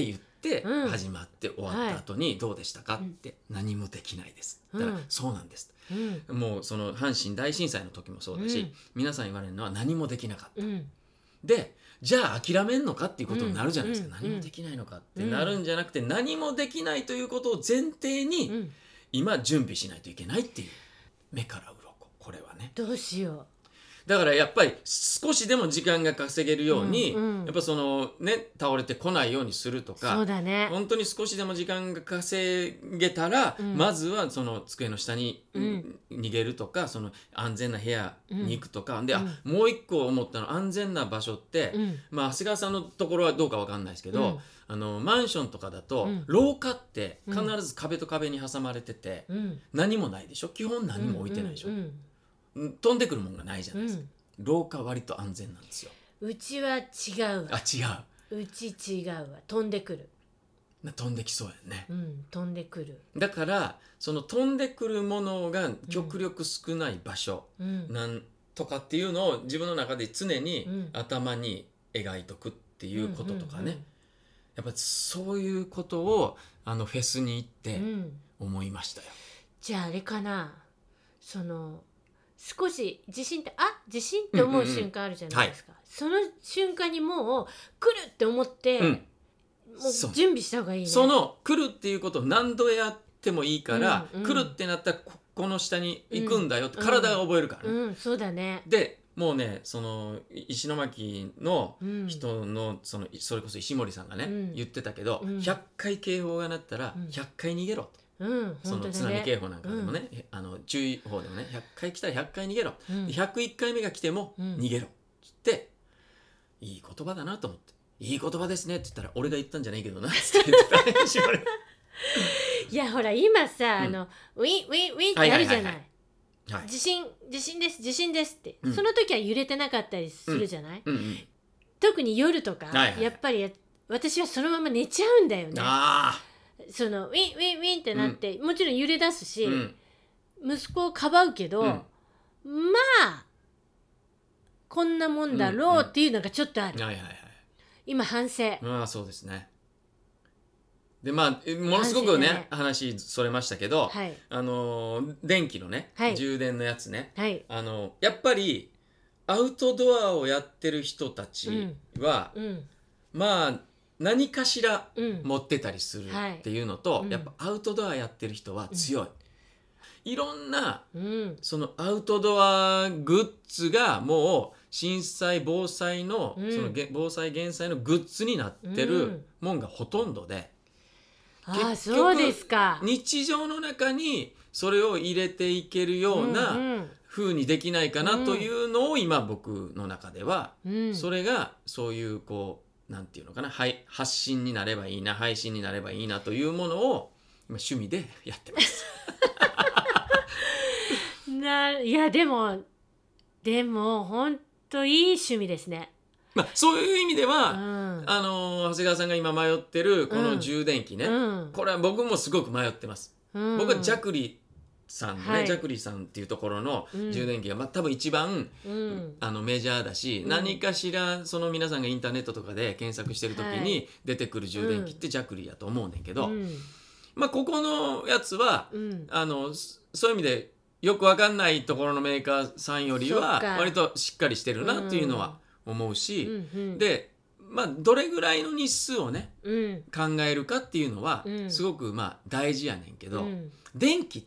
って始まって終わった後にどうでしたかって、何もできないです。だからそうなんです。もうその阪神大震災の時もそうだし、皆さん言われるのは何もできなかった。でじゃあ諦めんのかっていうことになるじゃないですか。何もできないのかってなるんじゃなくて、何もできないということを前提に今準備しないといけないっていう、目から鱗。これはね、 どうしよう。 だからやっぱり少しでも時間が稼げるように、やっぱそのね、倒れてこないようにするとか、 そうだね、 本当に少しでも時間が稼げたら、まずはその机の下に、逃げるとか、その安全な部屋に行くとか、で、もう一個思ったの、安全な場所って、まあ長谷川さんのところはどうかわかんないですけど、マンションとかだと、廊下って必ず壁と壁に挟まれてて、何もないでしょ。基本何も置いてないでしょ。飛んでくるもんがないじゃないですか。廊下割と安全なんですよ。 うちは違うわ。 違う。うち違うわ。飛んでくる。 飛んできそうやね。 飛んでくる。 だからその飛んでくるものが極力少ない場所、なんとかっていうのを自分の中で常に頭に描いとくっていうこととかね。やっぱそういうことをフェスに行って思いましたよ。 じゃああれかな、その少し地震って思う瞬間あるじゃないですか、その瞬間にもう来るって思って、もう準備した方がいいね。 その来るっていうことを何度やってもいいから、来るってなったらこの下に行くんだよって体が覚えるからね。 そうだね。 でもうね、その石巻の人の、それこそ石森さんがね、言ってたけど、100回警報が鳴ったら100回逃げろと。その津波警報なんかでもね、注意報でもね、100回来たら100回逃げろ、101回目が来ても逃げろっていい言葉だなと思って、いい言葉ですねって言ったら、俺が言ったんじゃないけどなって言ってた。 いやほら今さ、ウィンウィンウィンってやるじゃない。地震です地震ですって、その時は揺れてなかったりするじゃない、特に夜とか、やっぱり私はそのまま寝ちゃうんだよね。そのウィンウィンウィンってなって、もちろん揺れ出すし、息子をかばうけど、まあこんなもんだろうっていうのがちょっとある。今反省。 そうですね。でものすごくね話それましたけど、電気のね、充電のやつね、やっぱりアウトドアをやってる人たちは、まあ何かしら持ってたりするっていうのと、やっぱアウトドアやってる人は強い。いろんなそのアウトドアグッズがもう震災防災の、その防災減災のグッズになってるもんがほとんどで、 結局日常の中にそれを入れていけるような風にできないかなというのを今僕の中では、それがそういうこうなんていうのかな、発信になればいいな、配信になればいいなというものを今趣味でやってますいやでも本当いい趣味ですね。 そういう意味では、長谷川さんが今迷ってるこの充電器ね、これは僕もすごく迷ってます。僕はジャクリさんね、ジャクリさんっていうところの充電器が、多分一番、メジャーだし、何かしらその皆さんがインターネットとかで検索してる時に出てくる充電器ってジャクリやと思うねんけど、ここのやつは、そういう意味でよくわかんないところのメーカーさんよりは割としっかりしてるなっていうのは思うし、でどれぐらいの日数をね、考えるかっていうのはすごく大事やねんけど、電気って、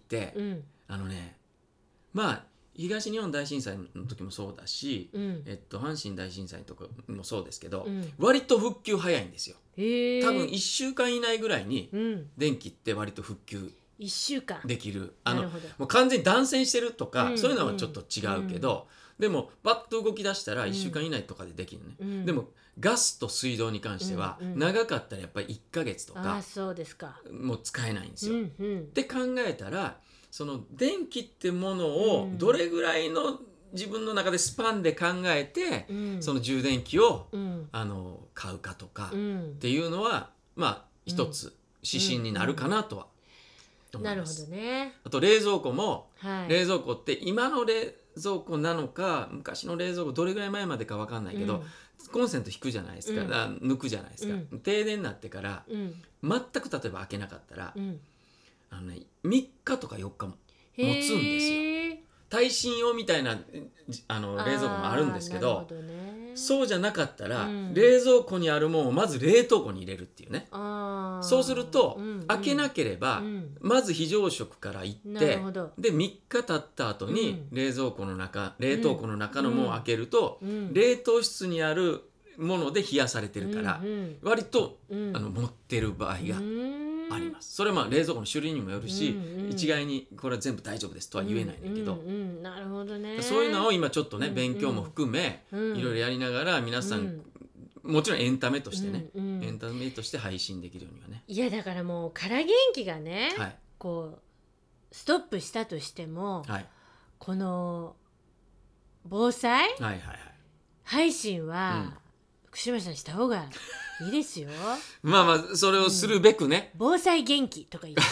東日本大震災の時もそうだし、阪神大震災とかもそうですけど、割と復旧早いんですよ。多分1週間以内ぐらいに電気って割と復旧 1週間できる。もう完全に断線してるとか、そういうのはちょっと違うけど、でもバッと動き出したら1週間以内とかでできるね、でもガスと水道に関しては長かったらやっぱり1ヶ月とかもう使えないんですよ、って考えたら、その電気ってものをどれぐらいの自分の中でスパンで考えて、その充電器を、買うかとかっていうのは一つ指針になるかなとは思います。 なるほどね。 あと冷蔵庫も、冷蔵庫って今の冷蔵庫なのか昔の冷蔵庫どれぐらい前までか分かんないけど、 コンセント引くじゃないですか、抜くじゃないですか、停電になってから、全く例えば開けなかったら、3日とか4日も持つんですよ。耐震用みたいな冷蔵庫もあるんですけど、そうじゃなかったら、冷蔵庫にあるものをまず冷凍庫に入れるっていうね。そうすると、開けなければ、まず非常食から行って、で3日経った後に冷凍庫の中のものを開けると、冷凍室にあるもので冷やされてるから、割と持ってる場合があります。それは冷蔵庫の種類にもよるし、一概にこれは全部大丈夫ですとは言えないんだけど、 なるほどね。 そういうのを今ちょっとね、勉強も含め、いろいろやりながら皆さん、もちろんエンタメとしてね、エンタメとして配信できるようにはね。 いやだからもうから元気がね、こうストップしたとしても、この防災配信は福島さんした方がいいですよ。 まあそれをするべくね、 防災元気とか言って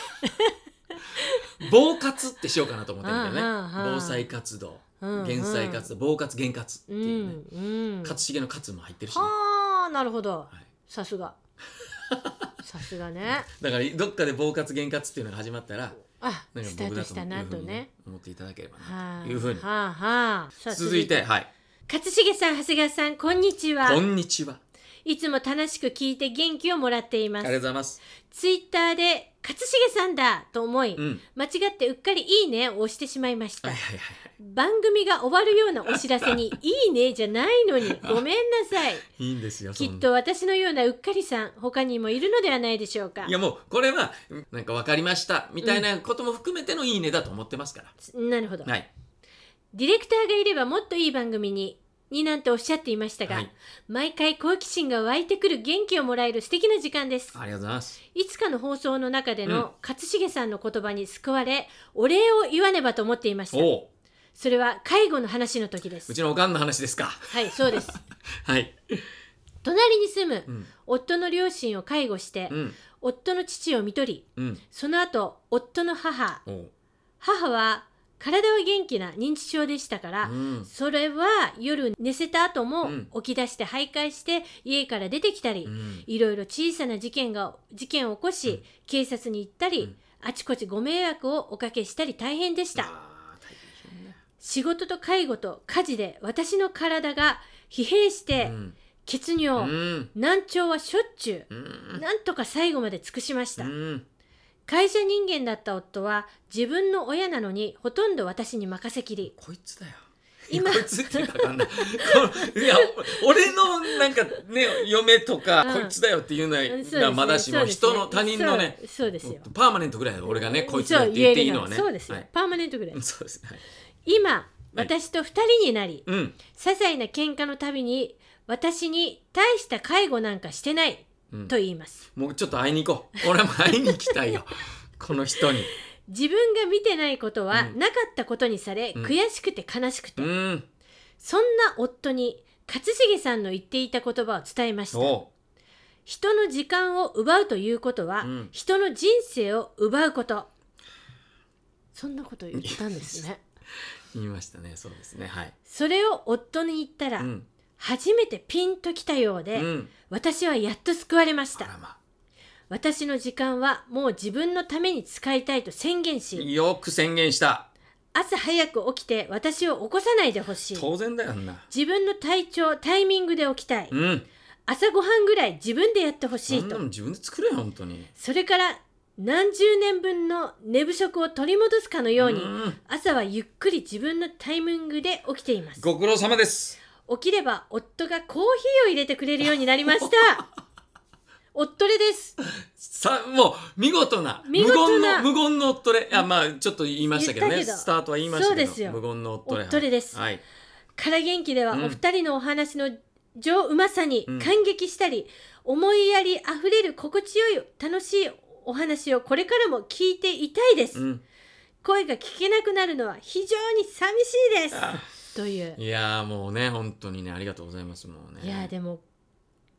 防活ってしようかなと思ってるんだよね。防災活動、減災活動、防活減活っていうね、勝重の活も入ってるしね。 なるほど、さすがさすがね。 だからどっかで防活減活っていうのが始まったら、 スタートしたなとね、 思っていただければなというふうに。 続いて、 勝重さん、長谷川さん、こんにちは。 こんにちは。 いつも楽しく聞いて元気をもらっています。 ありがとうございます。 ツイッターで勝重さんだと思い、間違ってうっかりいいねを押してしまいました。番組が終わるようなお知らせにいいねじゃないのにごめんなさい。 いいんですよ。 きっと私のようなうっかりさん、他にもいるのではないでしょうか。 いやもうこれはなんか分かりましたみたいなことも含めてのいいねだと思ってますから。 なるほど。ディレクターがいればもっといい番組になんておっしゃっていましたが、毎回好奇心が湧いてくる元気をもらえる素敵な時間です。 ありがとうございます。 いつかの放送の中での勝重さんの言葉に救われ、お礼を言わねばと思っていました。それは介護の話の時です。 うちのおかんの話ですか。 はい、そうです。隣に住む夫の両親を介護して、夫の父を看取り、その後夫の母は体は元気な認知症でしたから、それは夜寝せた後も起き出して徘徊して家から出てきたり、いろいろ小さな事件を起こし、警察に行ったり、あちこちご迷惑をおかけしたり大変でした。仕事と介護と家事で私の体が疲弊して、血尿、難聴はしょっちゅう、なんとか最後まで尽くしました。会社人間だった夫は自分の親なのにほとんど私に任せきり。 こいつだよ。今こいつって分かんない。いや俺のなんかね嫁とか、こいつだよっていうのはまだしも、人の他人のね、 そうですよ。 パーマネントぐらい俺がねこいつだって言っていいのはね。 そうですよ。パーマネントぐらい。 そうです。 今私と2人になり、些細な喧嘩のたびに私に大した介護なんかしてないと言います。 もうちょっと会いに行こう。俺も会いに行きたいよこの人に。 自分が見てないことはなかったことにされ、悔しくて悲しくて、そんな夫に勝重さんの言っていた言葉を伝えました。人の時間を奪うということは、人の人生を奪うこと。そんなこと言ったんですね。 言いましたね。そうですね。 それを夫に言ったら、初めてピンときたようで、私はやっと救われました。私の時間はもう自分のために使いたいと宣言し、 よく宣言した。 朝早く起きて私を起こさないでほしい。 当然だよな。 自分のタイミングで起きたい。朝ごはんぐらい自分でやってほしいと。 自分で作れよ本当に。 それから何十年分の寝不足を取り戻すかのように、朝はゆっくり自分のタイミングで起きています。 ご苦労様です。 起きれば夫がコーヒーを入れてくれるようになりました。夫れです。 もう見事な無言の夫れ。ちょっと言いましたけどね。スタートは言いましたけど。そうですよ。無言の夫れ。 夫れです。から元気では、お二人のお話の上うまさに感激したり、思いやりあふれる心地よい楽しいお話をこれからも聞いていたいです。声が聞けなくなるのは非常に寂しいです。という。 いやもうね本当にねありがとうございます。もうね。 いやでも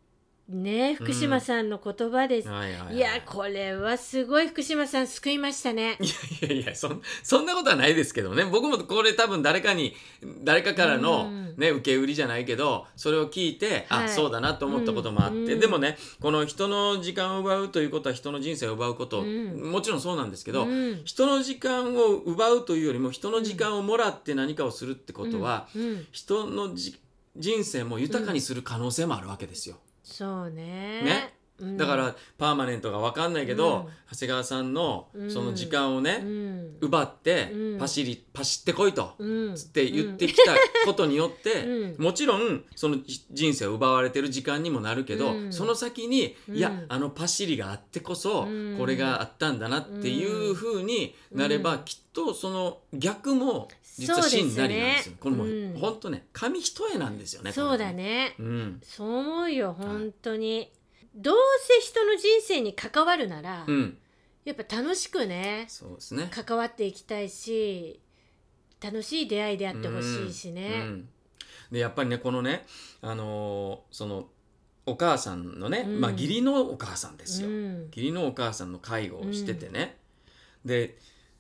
ね、福島さんの言葉です、いやこれはすごい福島さん救いましたね。 いやそんなことはないですけどね。僕もこれ多分誰かからの、ね、受け売りじゃないけどそれを聞いて、あ、そうだなと思ったこともあって、でもねこの人の時間を奪うということは人の人生を奪うこと、もちろんそうなんですけど、人の時間を奪うというよりも人の時間をもらって何かをするってことは、人の人生も豊かにする可能性もあるわけですよ。 そうね。 だからパーマネントが分かんないけど、長谷川さんのその時間をね、奪って、パシってこいと、つって言ってきたことによって、もちろんその人生を奪われてる時間にもなるけど、その先に、いやパシリがあってこそ、これがあったんだなっていう風になれば、きっとその逆も実は真なりなんですよ。これもう本当ね、紙一重なんですよね。 そうだね、そう思うよ本当に。どうせ人の人生に関わるなら、やっぱ楽しくね、 そうですね、 関わっていきたいし、楽しい出会いであってほしいしね、 でやっぱりねこのね、そのお母さんのね、義理のお母さんですよ、義理のお母さんの介護をしててね、で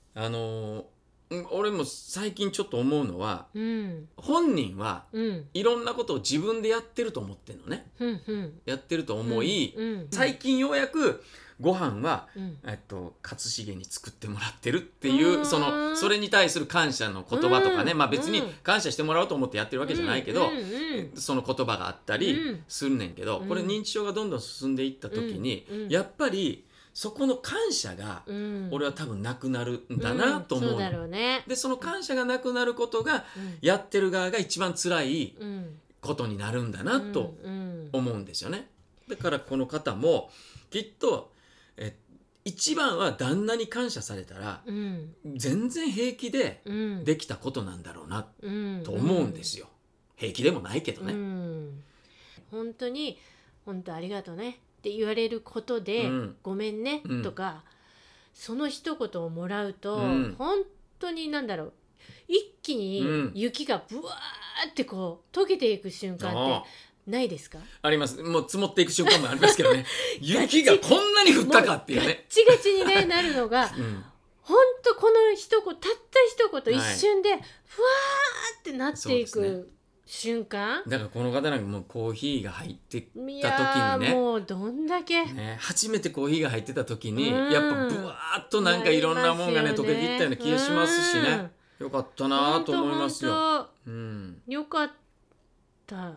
俺も最近ちょっと思うのは、本人はいろんなことを自分でやってると思ってるのね、やってると思い、最近ようやくご飯は、勝重に作ってもらってるっていう、それに対する感謝の言葉とかね、別に感謝してもらおうと思ってやってるわけじゃないけど、その言葉があったりするねんけど、これ認知症がどんどん進んでいった時に、やっぱりそこの感謝が俺は多分なくなるんだなと思う。 そうだろうね。 でその感謝がなくなることが、やってる側が一番辛いことになるんだなと思うんですよね。だからこの方もきっと一番は旦那に感謝されたら、全然平気でできたことなんだろうなと思うんですよ。平気でもないけどね。 本当に本当ありがとうねって言われることで、ごめんね、とかその一言をもらうと、本当になんだろう、一気に雪がブワーってこう溶けていく瞬間ってないですか？ あります。もう積もっていく瞬間もありますけどね雪がこんなに降ったかっていうね、 ガッチガチに、なるのが、本当この一言、たった一言、一瞬でふわーってなっていく瞬間、 だからこの方なんかもうコーヒーが入ってた時にね、 もうどんだけ、 初めてコーヒーが入ってた時に、やっぱブワーっとなんかいろんなもんがね溶けていったような気がしますしね、よかったなと思いますよ。 よかった。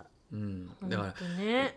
だから、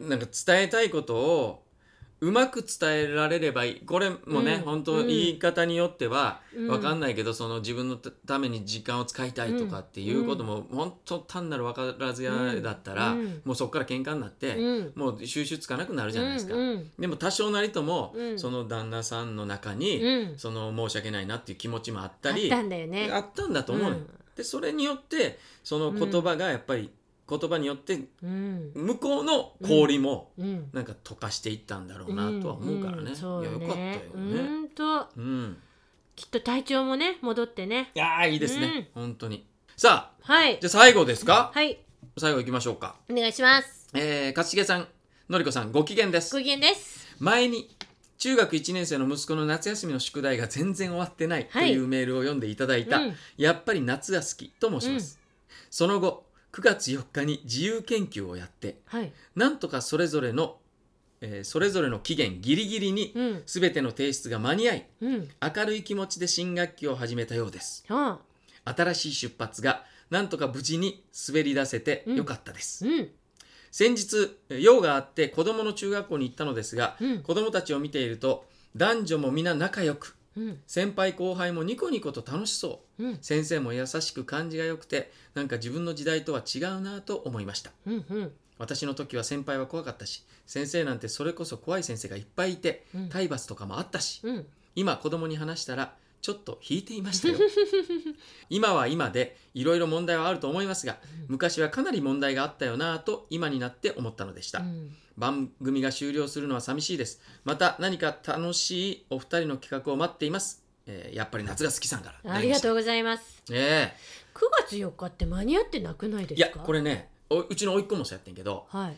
なんか伝えたいことをうまく伝えられればいい。これもね、本当言い方によっては分かんないけど、その自分のために時間を使いたいとかっていうことも、本当単なる分からずやだったら、もうそこから喧嘩になって、もう収拾つかなくなるじゃないですか。でも多少なりとも、その旦那さんの中に、その申し訳ないなっていう気持ちもあったり、 あったんだよね。 あったんだと思う。でそれによってその言葉がやっぱり、言葉によって向こうの氷もなんか溶かしていったんだろうなとは思うからね。いやよかったよね。 きっと体調もね戻ってね。 いやいいですね、本当に。さあ、 はい、 じゃあ最後ですか？ はい、 最後行きましょうか。 お願いします。 勝重さん、のりこさん、ご機嫌です。 ご機嫌です。 前に中学1年生の息子の夏休みの宿題が全然終わってないというメールを読んでいただいた、やっぱり夏が好きと申します。その後9月4日に自由研究をやって、なんとかそれぞれの期限ギリギリに全ての提出が間に合い、明るい気持ちで新学期を始めたようです。新しい出発がなんとか無事に滑り出せてよかったです。先日用があって子どもの中学校に行ったのですが、子どもたちを見ていると男女も皆仲良く、先輩後輩もニコニコと楽しそう、先生も優しく感じが良くて、なんか自分の時代とは違うなと思いました。私の時は先輩は怖かったし、先生なんてそれこそ怖い先生がいっぱいいて、体罰とかもあったし、今子供に話したらちょっと引いていましたよ今は今でいろいろ問題はあると思いますが、昔はかなり問題があったよなと今になって思ったのでした。番組が終了するのは寂しいです。また何か楽しいお二人の企画を待っています。やっぱり夏が好きさんから。 ありがとうございます。 9 月4日って間に合ってなくないですか？ いやこれね、うちの甥っ子もそうやってんけど、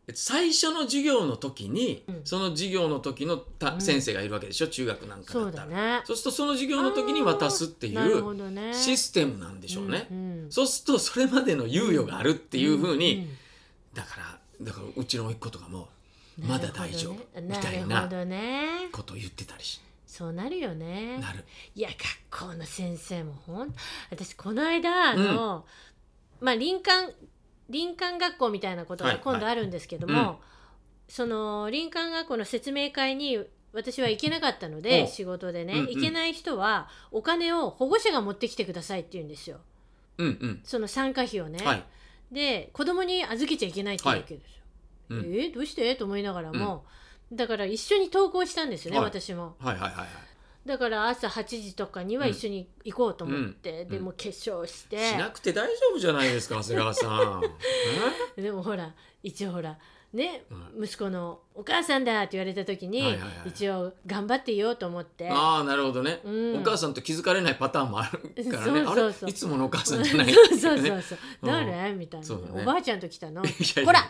最初の授業の時に、その授業の時の先生がいるわけでしょ、中学なんかだったら。そうだね。そうするとその授業の時に渡すっていうシステムなんでしょうね。そうするとそれまでの猶予があるっていうふうに、だからうちの甥っ子とかもまだ大丈夫みたいなことを言ってたりし。 そうなるよね。 なる。 いや学校の先生も私この間林間学校みたいなことが今度あるんですけども、その林間学校の説明会に私は行けなかったので、仕事でね、行けない人はお金を保護者が持ってきてくださいって言うんですよ。その参加費をね。で子供に預けちゃいけないって言うわけですよ。どうしてと思いながらも、だから一緒に登校したんですよね、私も。だから朝8時とかには一緒に行こうと思って、でも化粧してしなくて大丈夫じゃないですか、長谷川さんでも一応ね、息子のお母さんだって言われた時に、一応頑張っていようと思って。 ああ、なるほどね、お母さんと気づかれないパターンもあるからね。あれいつものお母さんじゃないそう誰みたいな、おばあちゃんと来たのほら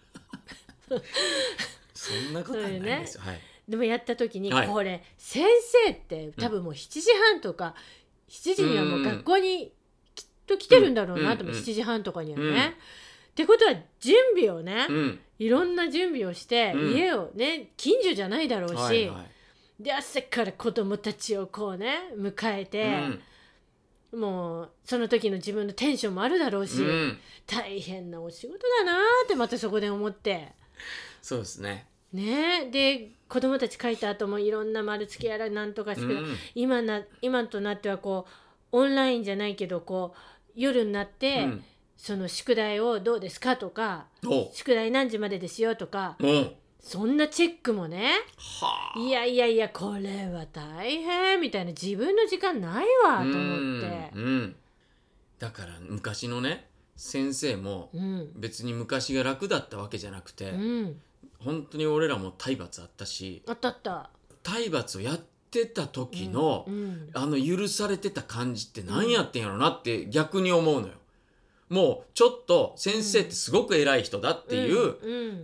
そんなことはないですよ。 でもやった時に、これ先生って多分もう7時半とか7時にはもう学校にきっと来てるんだろうなと思って、7時半とかにはね。ってことは準備をね、いろんな準備をして、家をね近所じゃないだろうし、で朝から子供たちをこうね迎えて、もうその時の自分のテンションもあるだろうし、大変なお仕事だなってまたそこで思って。 そうですね。 で子供たち書いた後もいろんな丸付けやらなんとかして、今となってはこうオンラインじゃないけどこう夜になって、その宿題をどうですかとか、宿題何時までですよとか、そんなチェックもね、いやこれは大変みたいな、自分の時間ないわと思って、 だから昔のね先生も別に昔が楽だったわけじゃなくて、本当に俺らも体罰あったし、体罰をやってた時の、許されてた感じって何やってんやろなって逆に思うのよ。もうちょっと先生ってすごく偉い人だっていう、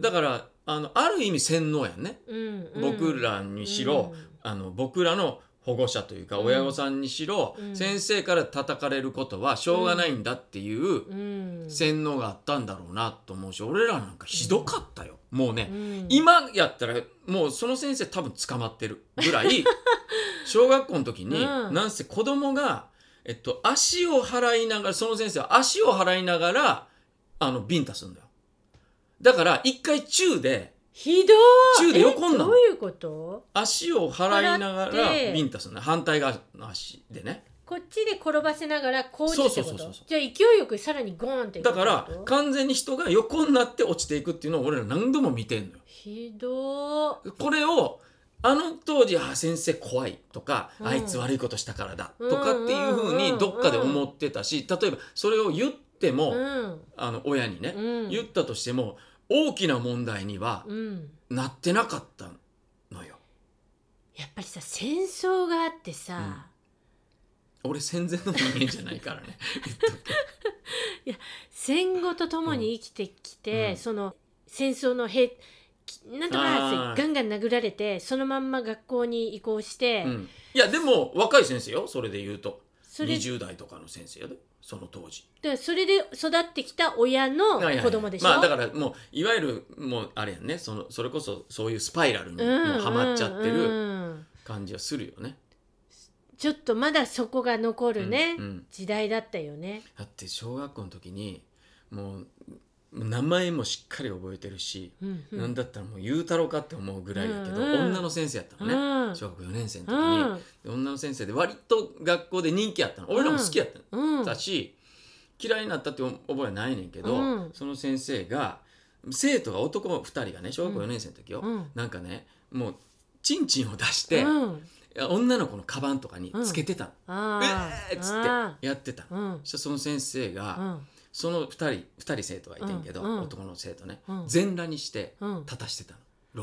だからある意味洗脳やんね、僕らにしろ、僕らの保護者というか親御さんにしろ、先生から叩かれることはしょうがないんだっていう洗脳があったんだろうなと思うし、俺らなんかひどかったよ。もうね、今やったらもうその先生多分捕まってるぐらい小学校の時に、なんせ子供が足を払いながら、その先生は足を払いながらビンタするんだよ。だから一回中でひどい。中で横になる。 どういうこと？ 足を払いながらビンタするの。反対側の足でね。 こっちで転ばせながらこうってこと？じゃあ勢いよくさらにゴーンっていくってこと？ だから完全に人が横になって落ちていくっていうのを俺ら何度も見てんのよ。 ひどー。 これを当時先生怖いとか、あいつ悪いことしたからだとかっていう風にどっかで思ってたし、例えばそれを言っても、親にね、言ったとしても大きな問題にはなってなかったのよ。 やっぱりさ、戦争があってさ、 俺戦前の人間じゃないからねいや戦後とともに生きてきて、その戦争のなんとかガンガン殴られて、そのまんま学校に移行して、 いやでも若い先生よ、それで言うと20代とかの先生やで、その当時。 だからそれで育ってきた親の子供でしょ。 まあだからもういわゆるもうあれやんね、それこそそういうスパイラルにもうハマっちゃってる感じはするよね。 ちょっとまだそこが残るね、時代だったよね。 だって小学校の時にもう名前もしっかり覚えてるし、なんだったらもう言うたろうかって思うぐらいやけど、女の先生やったのね、小学校4年生の時に、女の先生で割と学校で人気やったの。俺らも好きやったし、嫌いになったって覚えはないねんけど、その先生が生徒が男2人がね、小学校4年生の時よ、なんかねもうチンチンを出して、女の子のカバンとかにつけてたの、っつってやってたの。そしたらその先生が、その2人生徒がいてんけど、男の生徒ね、全裸にして立たしてたの、廊下に。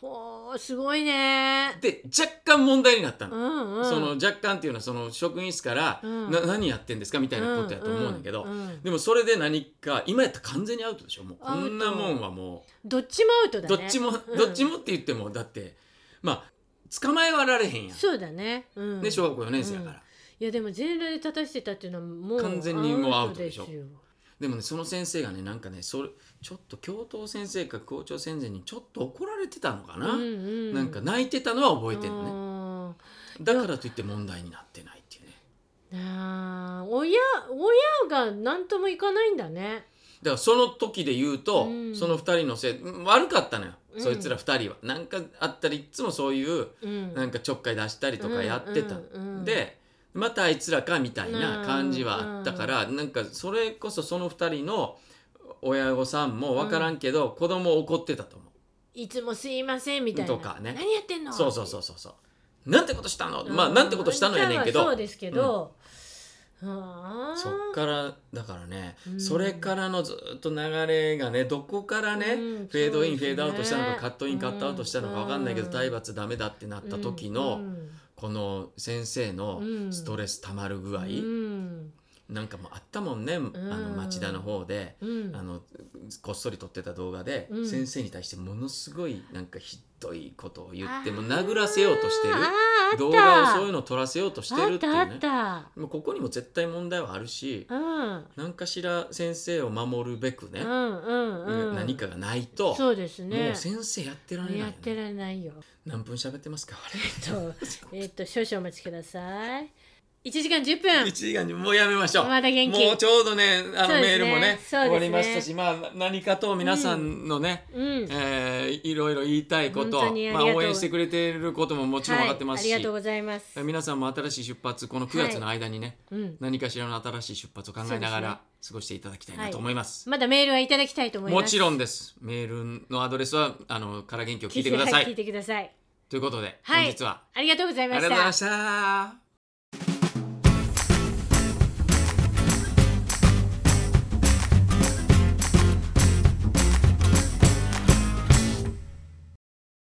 ほーすごいね。 で若干問題になったの、 うんうん、 その若干っていうのはその職員室から、うん、何やってんですかみたいなことやと思うんだけど、でもそれで何か今やったら完全にアウトでしょ。もうこんなもんはもうどっちもアウトだね。 どっちもって言ってもだってまあ捕まえはられへんやん。 そうだね、 ね小学校4年生やから、 いやでも全裸で立たしてたっていうのはもう完全にもうアウトでしょ。でもねその先生がねなんかねそれちょっと教頭先生か校長先生にちょっと怒られてたのかな、なんか泣いてたのは覚えてるのね。だからといって問題になってないっていうね。 親が何ともいかないんだね。 だからその時で言うと、その2人のせい悪かったのよ、そいつら2人は。なんかあったらいつもそういう、なんかちょっかい出したりとかやってた、でまたあいつらかみたいな感じはあったから、なんかそれこそその2人の親御さんも分からんけど、子供怒ってたと思う。 いつもすいませんみたいなとかね。 何やってんの。 そうなんてことしたの、まあなんてことしたのやねんけど、 そうですけど、 そっからだからね、それからのずっと流れがねどこからね、フェードイン、フェードアウトしたのかカットイン、カットアウトしたのか分かんないけど、体罰ダメだってなった時の、この先生のストレスたまる具合、なんかもあったもんね、町田の方で、こっそり撮ってた動画で、先生に対してものすごいなんかひどいことを言っても殴らせようとしてる動画をそういうのを撮らせようとしてるっていうね。もうここにも絶対問題はあるし、何かしら先生を守るべくね、何かがないと、 そうですね、 もう先生やってられないよね。 やってられないよ。 何分喋ってますか少々お待ちください。1時間10分。 1時間もうやめましょう。 まだ元気。 もうちょうどねメールもね終わりましたし、まあ何かと皆さんのね、いろいろ言いたいこと、応援してくれていることももちろん分かってますし、 ありがとうございます。 皆さんも新しい出発、この9月の間にね、何かしらの新しい出発を考えながら過ごしていただきたいなと思います。 まだメールはいただきたいと思います。 もちろんです。メールのアドレスはから元気を聞いてください。 聞いてください。 ということで、本日はありがとうございました。 ありがとうございました。